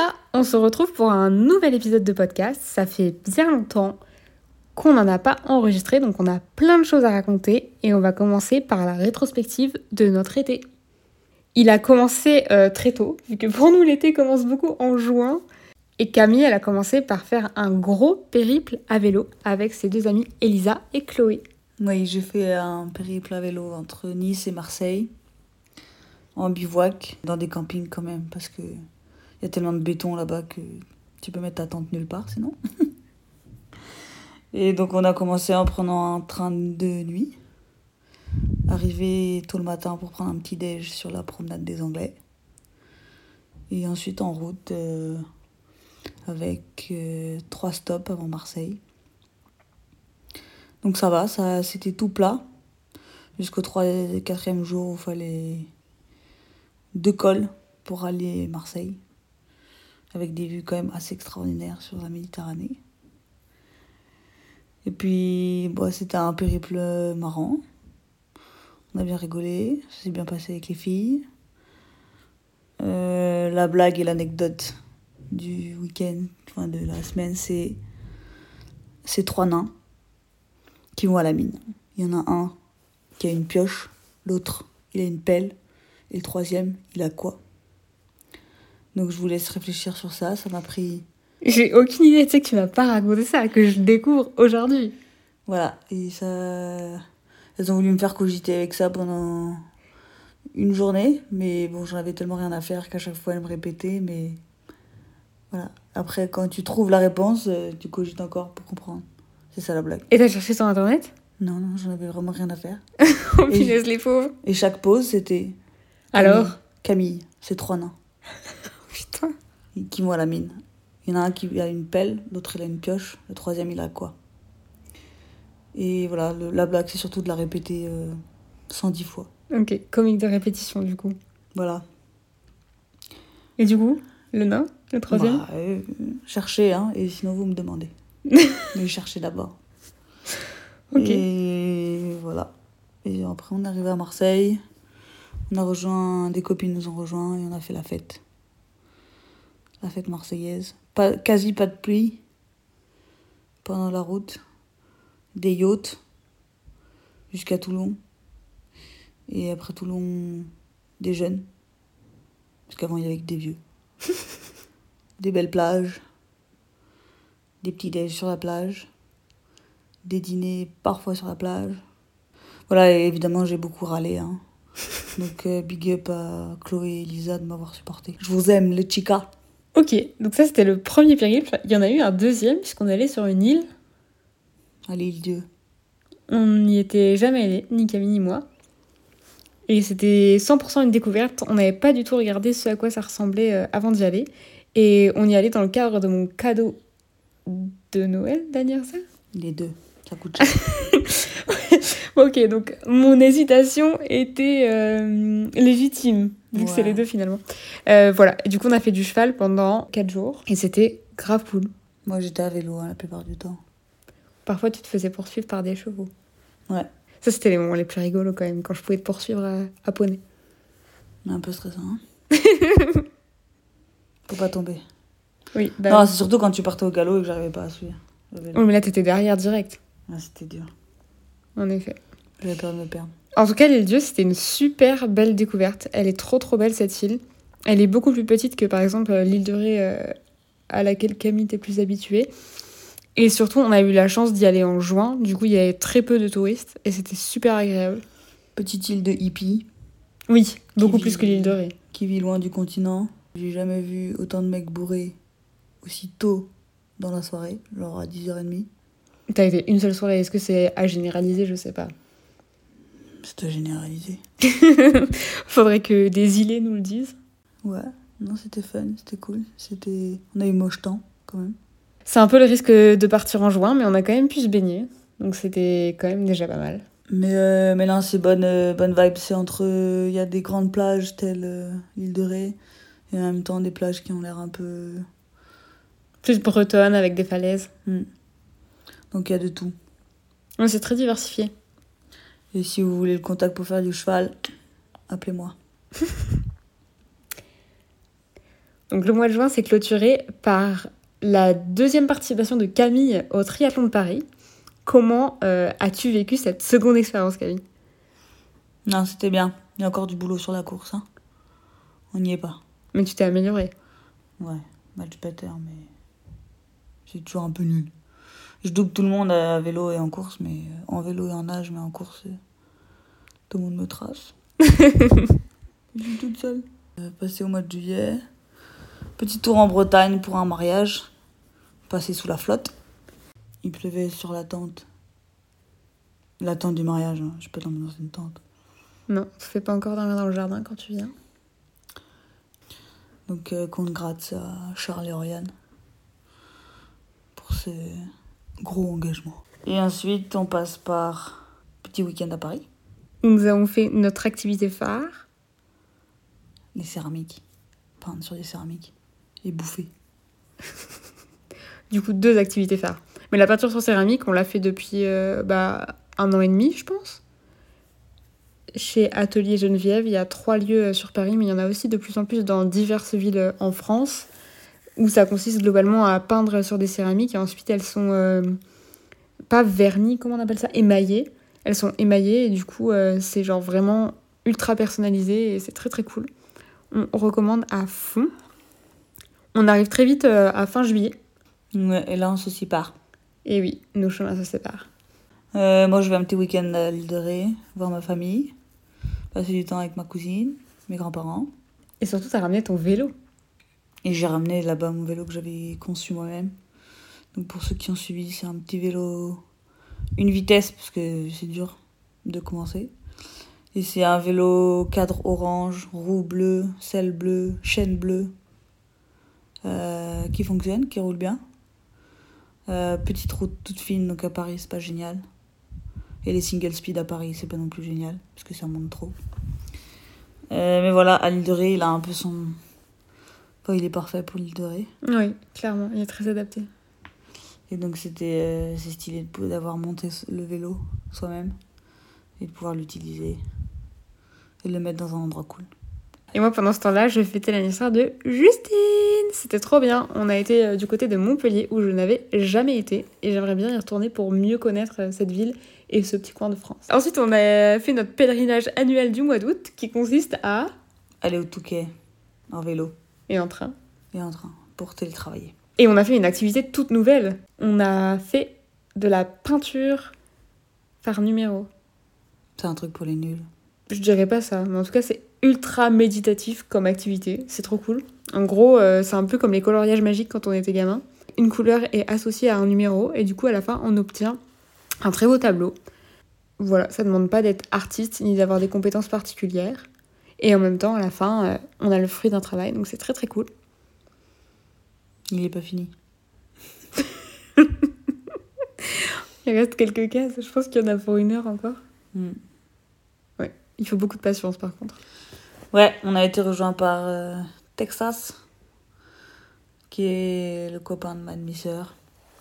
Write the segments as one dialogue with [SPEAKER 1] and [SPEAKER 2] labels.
[SPEAKER 1] Hola, on se retrouve pour un nouvel épisode de podcast. Ça fait bien longtemps qu'on n'en a pas enregistré, donc on a plein de choses à raconter et on va commencer par la rétrospective de notre été. Il a commencé très tôt, vu que pour nous l'été commence beaucoup en juin. Et Camille, elle a commencé par faire un gros périple à vélo avec ses deux amies Elisa et Chloé.
[SPEAKER 2] Oui, j'ai fait un périple à vélo entre Nice et Marseille, en bivouac, dans des campings quand même, parce que y a tellement de béton là-bas que tu peux mettre ta tente nulle part sinon. Et donc on a commencé en prenant un train de nuit, arrivé tôt le matin pour prendre un petit déj sur la promenade des Anglais. Et ensuite en route avec 3 stops avant Marseille. Donc ça va, c'était tout plat. Jusqu'au 4e jour où il fallait 2 cols pour aller à Marseille. Avec des vues quand même assez extraordinaires sur la Méditerranée. Et puis, c'était un périple marrant. On a bien rigolé, ça s'est bien passé avec les filles. La blague et l'anecdote du week-end, enfin de la semaine, c'est 3 nains qui vont à la mine. Il y en a un qui a une pioche, l'autre, il a une pelle, et le 3e, il a quoi ? Donc je vous laisse réfléchir sur ça, ça m'a pris...
[SPEAKER 1] J'ai aucune idée, tu sais que tu m'as pas raconté ça, que je découvre aujourd'hui.
[SPEAKER 2] Voilà, et ça... Elles ont voulu me faire cogiter avec ça pendant une journée, mais bon, j'en avais tellement rien à faire qu'à chaque fois elles me répétaient, mais... Voilà, après quand tu trouves la réponse, tu cogites encore pour comprendre. C'est ça la blague.
[SPEAKER 1] Et t'as cherché sur internet ?
[SPEAKER 2] Non, j'en avais vraiment rien à faire.
[SPEAKER 1] Oh punaise, les pauvres.
[SPEAKER 2] Et chaque pause, c'était...
[SPEAKER 1] Alors ?
[SPEAKER 2] Camille, c'est 3 nains.
[SPEAKER 1] Putain.
[SPEAKER 2] Qui vont à la mine. Il y en a un qui a une pelle, l'autre il a une pioche, le 3e il a quoi. Et voilà, la blague c'est surtout de la répéter 110 fois.
[SPEAKER 1] Ok, comique de répétition du coup.
[SPEAKER 2] Voilà.
[SPEAKER 1] Et du coup, le nain, le 3e ?
[SPEAKER 2] Cherchez, hein, et sinon vous me demandez. Mais cherchez d'abord.
[SPEAKER 1] Ok.
[SPEAKER 2] Et voilà. Et après on est arrivé à Marseille. On a rejoint, des copines nous ont rejoints et on a fait la fête. La fête marseillaise. Quasi pas de pluie pendant la route. Des yachts jusqu'à Toulon. Et après Toulon, des jeunes. Parce qu'avant, il y avait que des vieux. Des belles plages. Des petits déj sur la plage. Des dîners parfois sur la plage. Voilà, et évidemment, j'ai beaucoup râlé. Hein. Donc, big up à Chloé et Elisa de m'avoir supporté. Je vous aime, les chicas.
[SPEAKER 1] Ok, donc ça c'était le premier périple. Il y en a eu un deuxième puisqu'on allait sur une île.
[SPEAKER 2] À l'île Dieu.
[SPEAKER 1] On n'y était jamais allé, ni Camille ni moi. Et c'était 100% une découverte. On n'avait pas du tout regardé ce à quoi ça ressemblait avant d'y aller. Et on y allait dans le cadre de mon cadeau de Noël, d'anniversaire.
[SPEAKER 2] Les deux, ça coûte cher.
[SPEAKER 1] Ok, donc mon hésitation était légitime, vu que c'est les deux finalement. Voilà, et du coup on a fait du cheval pendant 4 jours. Et c'était grave cool.
[SPEAKER 2] Moi j'étais à vélo la plupart du temps.
[SPEAKER 1] Parfois tu te faisais poursuivre par des chevaux.
[SPEAKER 2] Ouais.
[SPEAKER 1] Ça c'était les moments les plus rigolos quand même, quand je pouvais te poursuivre à poney.
[SPEAKER 2] Un peu stressant, hein. Faut pas tomber.
[SPEAKER 1] Oui,
[SPEAKER 2] non, c'est surtout quand tu partais au galop et que j'arrivais pas à suivre.
[SPEAKER 1] Oui, mais là t'étais derrière direct.
[SPEAKER 2] Ah, c'était dur.
[SPEAKER 1] En effet.
[SPEAKER 2] J'avais peur de me perdre.
[SPEAKER 1] En tout cas, l'île Dieu, c'était une super belle découverte. Elle est trop belle cette île. Elle est beaucoup plus petite que par exemple l'île de Ré à laquelle Camille était plus habituée. Et surtout, on a eu la chance d'y aller en juin. Du coup, il y avait très peu de touristes et c'était super agréable.
[SPEAKER 2] Petite île de hippies.
[SPEAKER 1] Oui, beaucoup plus que l'île de Ré.
[SPEAKER 2] Qui vit loin du continent. J'ai jamais vu autant de mecs bourrés aussi tôt dans la soirée, genre à 10h30.
[SPEAKER 1] T'as été une seule soirée, est-ce que c'est à généraliser? Je sais pas.
[SPEAKER 2] C'est à généraliser.
[SPEAKER 1] Faudrait que des îlets nous le disent.
[SPEAKER 2] Ouais, non, c'était fun, c'était cool. On a eu moche temps, quand même.
[SPEAKER 1] C'est un peu le risque de partir en juin, mais on a quand même pu se baigner. Donc c'était quand même déjà pas mal.
[SPEAKER 2] Mais là, c'est bonne vibe. C'est entre... Il y a des grandes plages telles l'île de Ré, et en même temps des plages qui ont l'air un peu...
[SPEAKER 1] Plus bretonne avec des falaises.
[SPEAKER 2] Donc il y a de tout.
[SPEAKER 1] Ouais, c'est très diversifié.
[SPEAKER 2] Et si vous voulez le contact pour faire du cheval, appelez-moi.
[SPEAKER 1] Donc le mois de juin, c'est clôturé par la deuxième participation de Camille au triathlon de Paris. Comment as-tu vécu cette seconde expérience, Camille ?
[SPEAKER 2] Non, c'était bien. Il y a encore du boulot sur la course. Hein. On n'y est pas.
[SPEAKER 1] Mais tu t'es améliorée.
[SPEAKER 2] Ouais, match better, mais c'est toujours un peu nul. Je double tout le monde à vélo et en course, mais en vélo et en nage, mais en course, tout le monde me trace. Je suis toute seule. Passé au mois de juillet. Petit tour en Bretagne pour un mariage. Passé sous la flotte. Il pleuvait sur la tente. La tente du mariage, hein. Je peux dormir dans une tente.
[SPEAKER 1] Non, tu fais pas encore dormir dans le jardin quand tu viens.
[SPEAKER 2] Donc, compte grâce à Charles et Oriane pour ce gros engagement. Et ensuite, on passe par petit week-end à Paris.
[SPEAKER 1] Nous avons fait notre activité phare.
[SPEAKER 2] Les céramiques. Peindre sur les céramiques. Et bouffer.
[SPEAKER 1] Du coup, 2 activités phares. Mais la peinture sur céramique, on l'a fait depuis 1 an et demi, je pense. Chez Atelier Geneviève, il y a 3 lieux sur Paris, mais il y en a aussi de plus en plus dans diverses villes en France, où ça consiste globalement à peindre sur des céramiques, et ensuite elles sont pas vernies, comment on appelle ça ? Émaillées. Elles sont émaillées, et du coup, c'est genre vraiment ultra personnalisé, et c'est très très cool. On recommande à fond. On arrive très vite à fin juillet.
[SPEAKER 2] Ouais, et là, on se sépare.
[SPEAKER 1] Et oui, nos chemins se séparent.
[SPEAKER 2] Moi, je vais un petit week-end à l'île de Ré, voir ma famille, passer du temps avec ma cousine, mes grands-parents.
[SPEAKER 1] Et surtout, t'as ramené ton vélo.
[SPEAKER 2] Et j'ai ramené là-bas mon vélo que j'avais conçu moi-même. Donc pour ceux qui ont suivi, c'est un petit vélo, une vitesse, parce que c'est dur de commencer. Et c'est un vélo cadre orange, roue bleue, selle bleue, chaîne bleue, qui fonctionne, qui roule bien. Petite route toute fine, donc à Paris, c'est pas génial. Et les single speed à Paris, c'est pas non plus génial, parce que ça monte trop. Mais voilà, à l'île de Ré, il a un peu son... Enfin, il est parfait pour l'île de Ré.
[SPEAKER 1] Oui, clairement, il est très adapté.
[SPEAKER 2] Et donc c'est stylé d'avoir monté le vélo soi-même et de pouvoir l'utiliser et de le mettre dans un endroit cool.
[SPEAKER 1] Et moi, pendant ce temps-là, je fêtais l'anniversaire de Justine. C'était trop bien. On a été du côté de Montpellier, où je n'avais jamais été. Et j'aimerais bien y retourner pour mieux connaître cette ville et ce petit coin de France. Ensuite, on a fait notre pèlerinage annuel du mois d'août, qui consiste à...
[SPEAKER 2] aller au Touquet, en vélo.
[SPEAKER 1] Et en train.
[SPEAKER 2] Et en train, pour télétravailler.
[SPEAKER 1] Et on a fait une activité toute nouvelle. On a fait de la peinture par numéro.
[SPEAKER 2] C'est un truc pour les nuls.
[SPEAKER 1] Je dirais pas ça, mais en tout cas, c'est ultra méditatif comme activité. C'est trop cool. En gros, c'est un peu comme les coloriages magiques quand on était gamin. Une couleur est associée à un numéro et du coup, à la fin, on obtient un très beau tableau. Voilà, ça demande pas d'être artiste ni d'avoir des compétences particulières. Et en même temps, à la fin, on a le fruit d'un travail, donc c'est très très cool.
[SPEAKER 2] Il est pas fini.
[SPEAKER 1] Il reste quelques cases, je pense qu'il y en a pour 1 heure encore. Ouais, il faut beaucoup de patience par contre.
[SPEAKER 2] Ouais, on a été rejoint par Texas, qui est le copain de ma demi-sœur.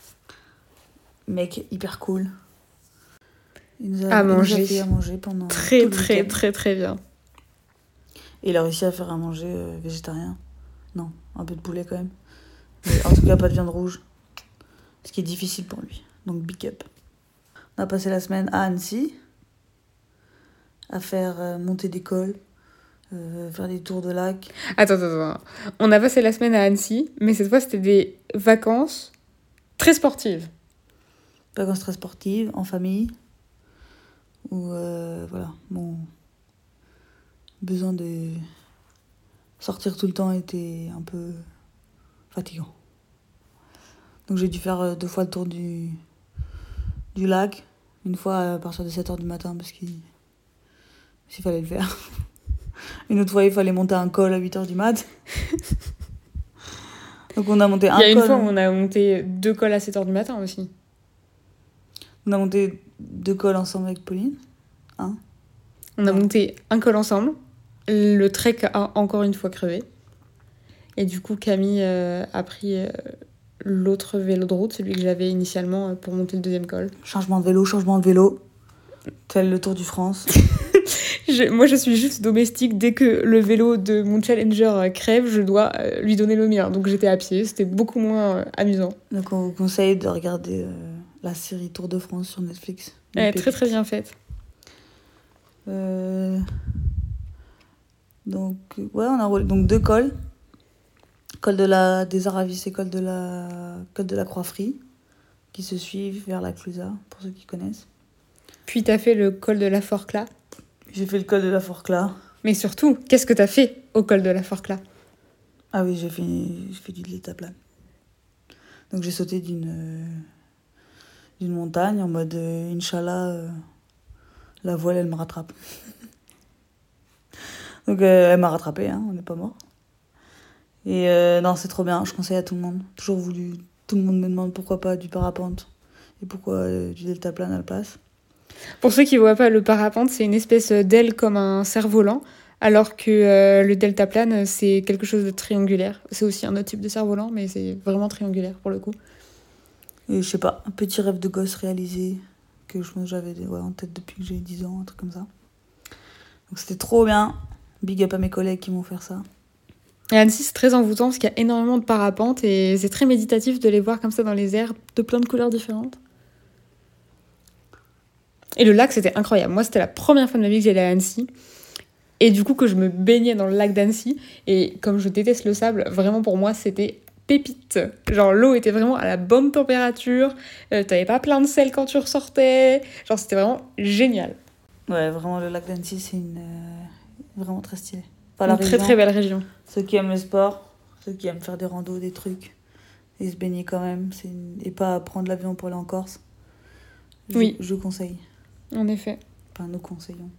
[SPEAKER 2] Mec hyper cool. Il nous a fait à manger pendant
[SPEAKER 1] très
[SPEAKER 2] tout le
[SPEAKER 1] très
[SPEAKER 2] week-end.
[SPEAKER 1] très très bien.
[SPEAKER 2] Et il a réussi à faire à manger végétarien. Non, un peu de poulet quand même. Mais en tout cas, pas de viande rouge. Ce qui est difficile pour lui. Donc, big up. On a passé la semaine à Annecy. À faire monter des cols. Faire des tours de lac.
[SPEAKER 1] Attends. On a passé la semaine à Annecy, mais cette fois, c'était des vacances très sportives.
[SPEAKER 2] Vacances très sportives, en famille. Où, voilà, mon besoin de sortir tout le temps était un peu fatigant. Donc j'ai dû faire 2 fois le tour du lac. Une fois à partir de 7h du matin parce qu'il fallait le faire. Une autre fois il fallait monter un col à 8h du mat. Donc on a monté un col.
[SPEAKER 1] Il y a une fois où on a monté 2 cols à 7h du matin aussi.
[SPEAKER 2] On a monté 2 cols ensemble avec Pauline.
[SPEAKER 1] On a monté un col ensemble. Le trek a encore une fois crevé. Et du coup, Camille a pris l'autre vélo de route, celui que j'avais initialement pour monter le 2e col.
[SPEAKER 2] Changement de vélo. Tel le Tour du France.
[SPEAKER 1] Moi, je suis juste domestique. Dès que le vélo de mon challenger crève, je dois lui donner le mien. Donc j'étais à pied, c'était beaucoup moins amusant.
[SPEAKER 2] Donc on vous conseille de regarder la série Tour de France sur Netflix.
[SPEAKER 1] Elle est très très bien faite.
[SPEAKER 2] Donc ouais, on a roulé donc 2 cols. Col des Aravis et col de la Croix-Frie, qui se suivent vers la Clusaz, pour ceux qui connaissent.
[SPEAKER 1] Puis t'as fait le col de la Forclaz.
[SPEAKER 2] J'ai fait le col de la Forclaz.
[SPEAKER 1] Mais surtout, qu'est-ce que t'as fait au col de la Forclaz?
[SPEAKER 2] Ah oui, j'ai fait du deltaplane. Donc j'ai sauté d'une montagne en mode Inch'Allah, la voile elle me rattrape. Donc elle m'a rattrapé, hein, on n'est pas mort. Et non, c'est trop bien, je conseille à tout le monde. Toujours voulu. Tout le monde me demande pourquoi pas du parapente et pourquoi du deltaplane à la place.
[SPEAKER 1] Pour ceux qui ne voient pas, le parapente, c'est une espèce d'aile comme un cerf-volant, alors que le deltaplane, c'est quelque chose de triangulaire. C'est aussi un autre type de cerf-volant, mais c'est vraiment triangulaire pour le coup.
[SPEAKER 2] Et je sais pas, un petit rêve de gosse réalisé que je pense que j'avais en tête depuis que j'ai 10 ans, un truc comme ça. Donc c'était trop bien. Big up à mes collègues qui m'ont fait ça.
[SPEAKER 1] Et Annecy, c'est très envoûtant parce qu'il y a énormément de parapentes et c'est très méditatif de les voir comme ça dans les airs, de plein de couleurs différentes. Et le lac, c'était incroyable. Moi, c'était la première fois de ma vie que j'allais à Annecy. Et du coup, que je me baignais dans le lac d'Annecy. Et comme je déteste le sable, vraiment pour moi, c'était pépite. Genre, l'eau était vraiment à la bonne température. T'avais pas plein de sel quand tu ressortais. Genre, c'était vraiment génial.
[SPEAKER 2] Ouais, vraiment, le lac d'Annecy, c'est vraiment très stylé.
[SPEAKER 1] Une très très belle région.
[SPEAKER 2] Ceux qui aiment le sport, ceux qui aiment faire des randos, des trucs, et se baigner quand même, et pas prendre l'avion pour aller en Corse.
[SPEAKER 1] Oui.
[SPEAKER 2] Je conseille.
[SPEAKER 1] En effet.
[SPEAKER 2] Enfin, nous conseillons.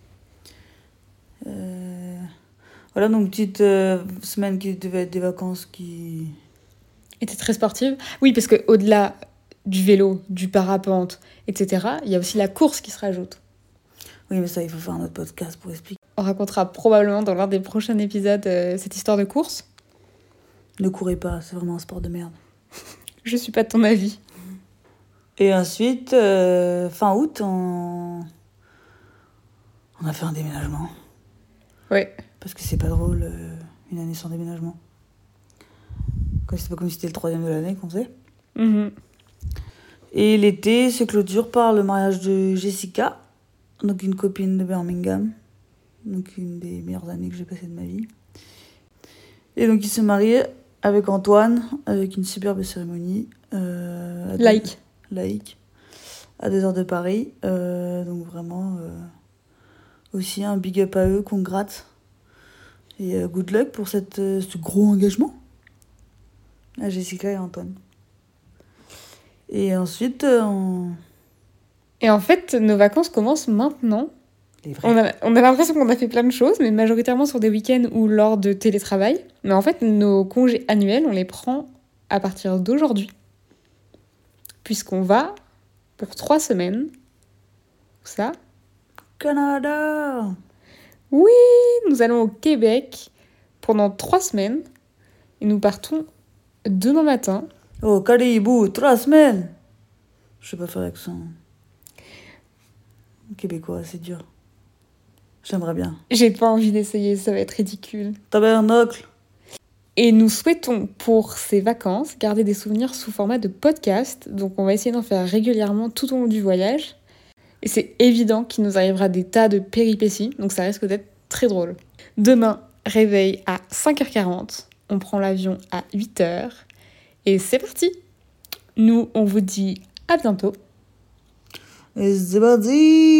[SPEAKER 2] Voilà, donc petite semaine qui devait être des vacances qui...
[SPEAKER 1] Était très sportive. Oui, parce qu'au-delà du vélo, du parapente, etc., il y a aussi la course qui se rajoute.
[SPEAKER 2] Oui, mais ça, il faut faire un autre podcast pour expliquer.
[SPEAKER 1] On racontera probablement dans l'un des prochains épisodes cette histoire de course.
[SPEAKER 2] Ne courez pas, c'est vraiment un sport de merde.
[SPEAKER 1] Je suis pas de ton avis.
[SPEAKER 2] Et ensuite, fin août, on a fait un déménagement.
[SPEAKER 1] Ouais.
[SPEAKER 2] Parce que c'est pas drôle, une année sans déménagement. C'est pas comme si c'était le 3e de l'année qu'on faisait.
[SPEAKER 1] Mm-hmm.
[SPEAKER 2] Et l'été se clôture par le mariage de Jessica, donc une copine de Birmingham. Donc une des meilleures années que j'ai passées de ma vie. Et donc il se marie avec Antoine, avec une superbe cérémonie.
[SPEAKER 1] Laïque.
[SPEAKER 2] À 2 heures de Paris. Donc vraiment, aussi un big up à eux qu'on gratte. Et good luck pour ce gros engagement. À Jessica et Antoine. Et ensuite,
[SPEAKER 1] Et en fait, nos vacances commencent maintenant. On a l'impression qu'on a fait plein de choses, mais majoritairement sur des week-ends ou lors de télétravail. Mais en fait, nos congés annuels, on les prend à partir d'aujourd'hui. Puisqu'on va pour 3 semaines. Ça.
[SPEAKER 2] Canada!
[SPEAKER 1] Oui, nous allons au Québec pendant 3 semaines. Et nous partons demain matin.
[SPEAKER 2] Oh, Caribou, 3 semaines! Je sais pas faire l'accent québécois, c'est dur. J'aimerais bien.
[SPEAKER 1] J'ai pas envie d'essayer, ça va être ridicule.
[SPEAKER 2] Tabernacle.
[SPEAKER 1] Et nous souhaitons pour ces vacances garder des souvenirs sous format de podcast. Donc on va essayer d'en faire régulièrement tout au long du voyage. Et c'est évident qu'il nous arrivera des tas de péripéties, donc ça risque d'être très drôle. Demain, réveil à 5h40. On prend l'avion à 8h. Et c'est parti! Nous, on vous dit à bientôt.
[SPEAKER 2] Et c'est parti!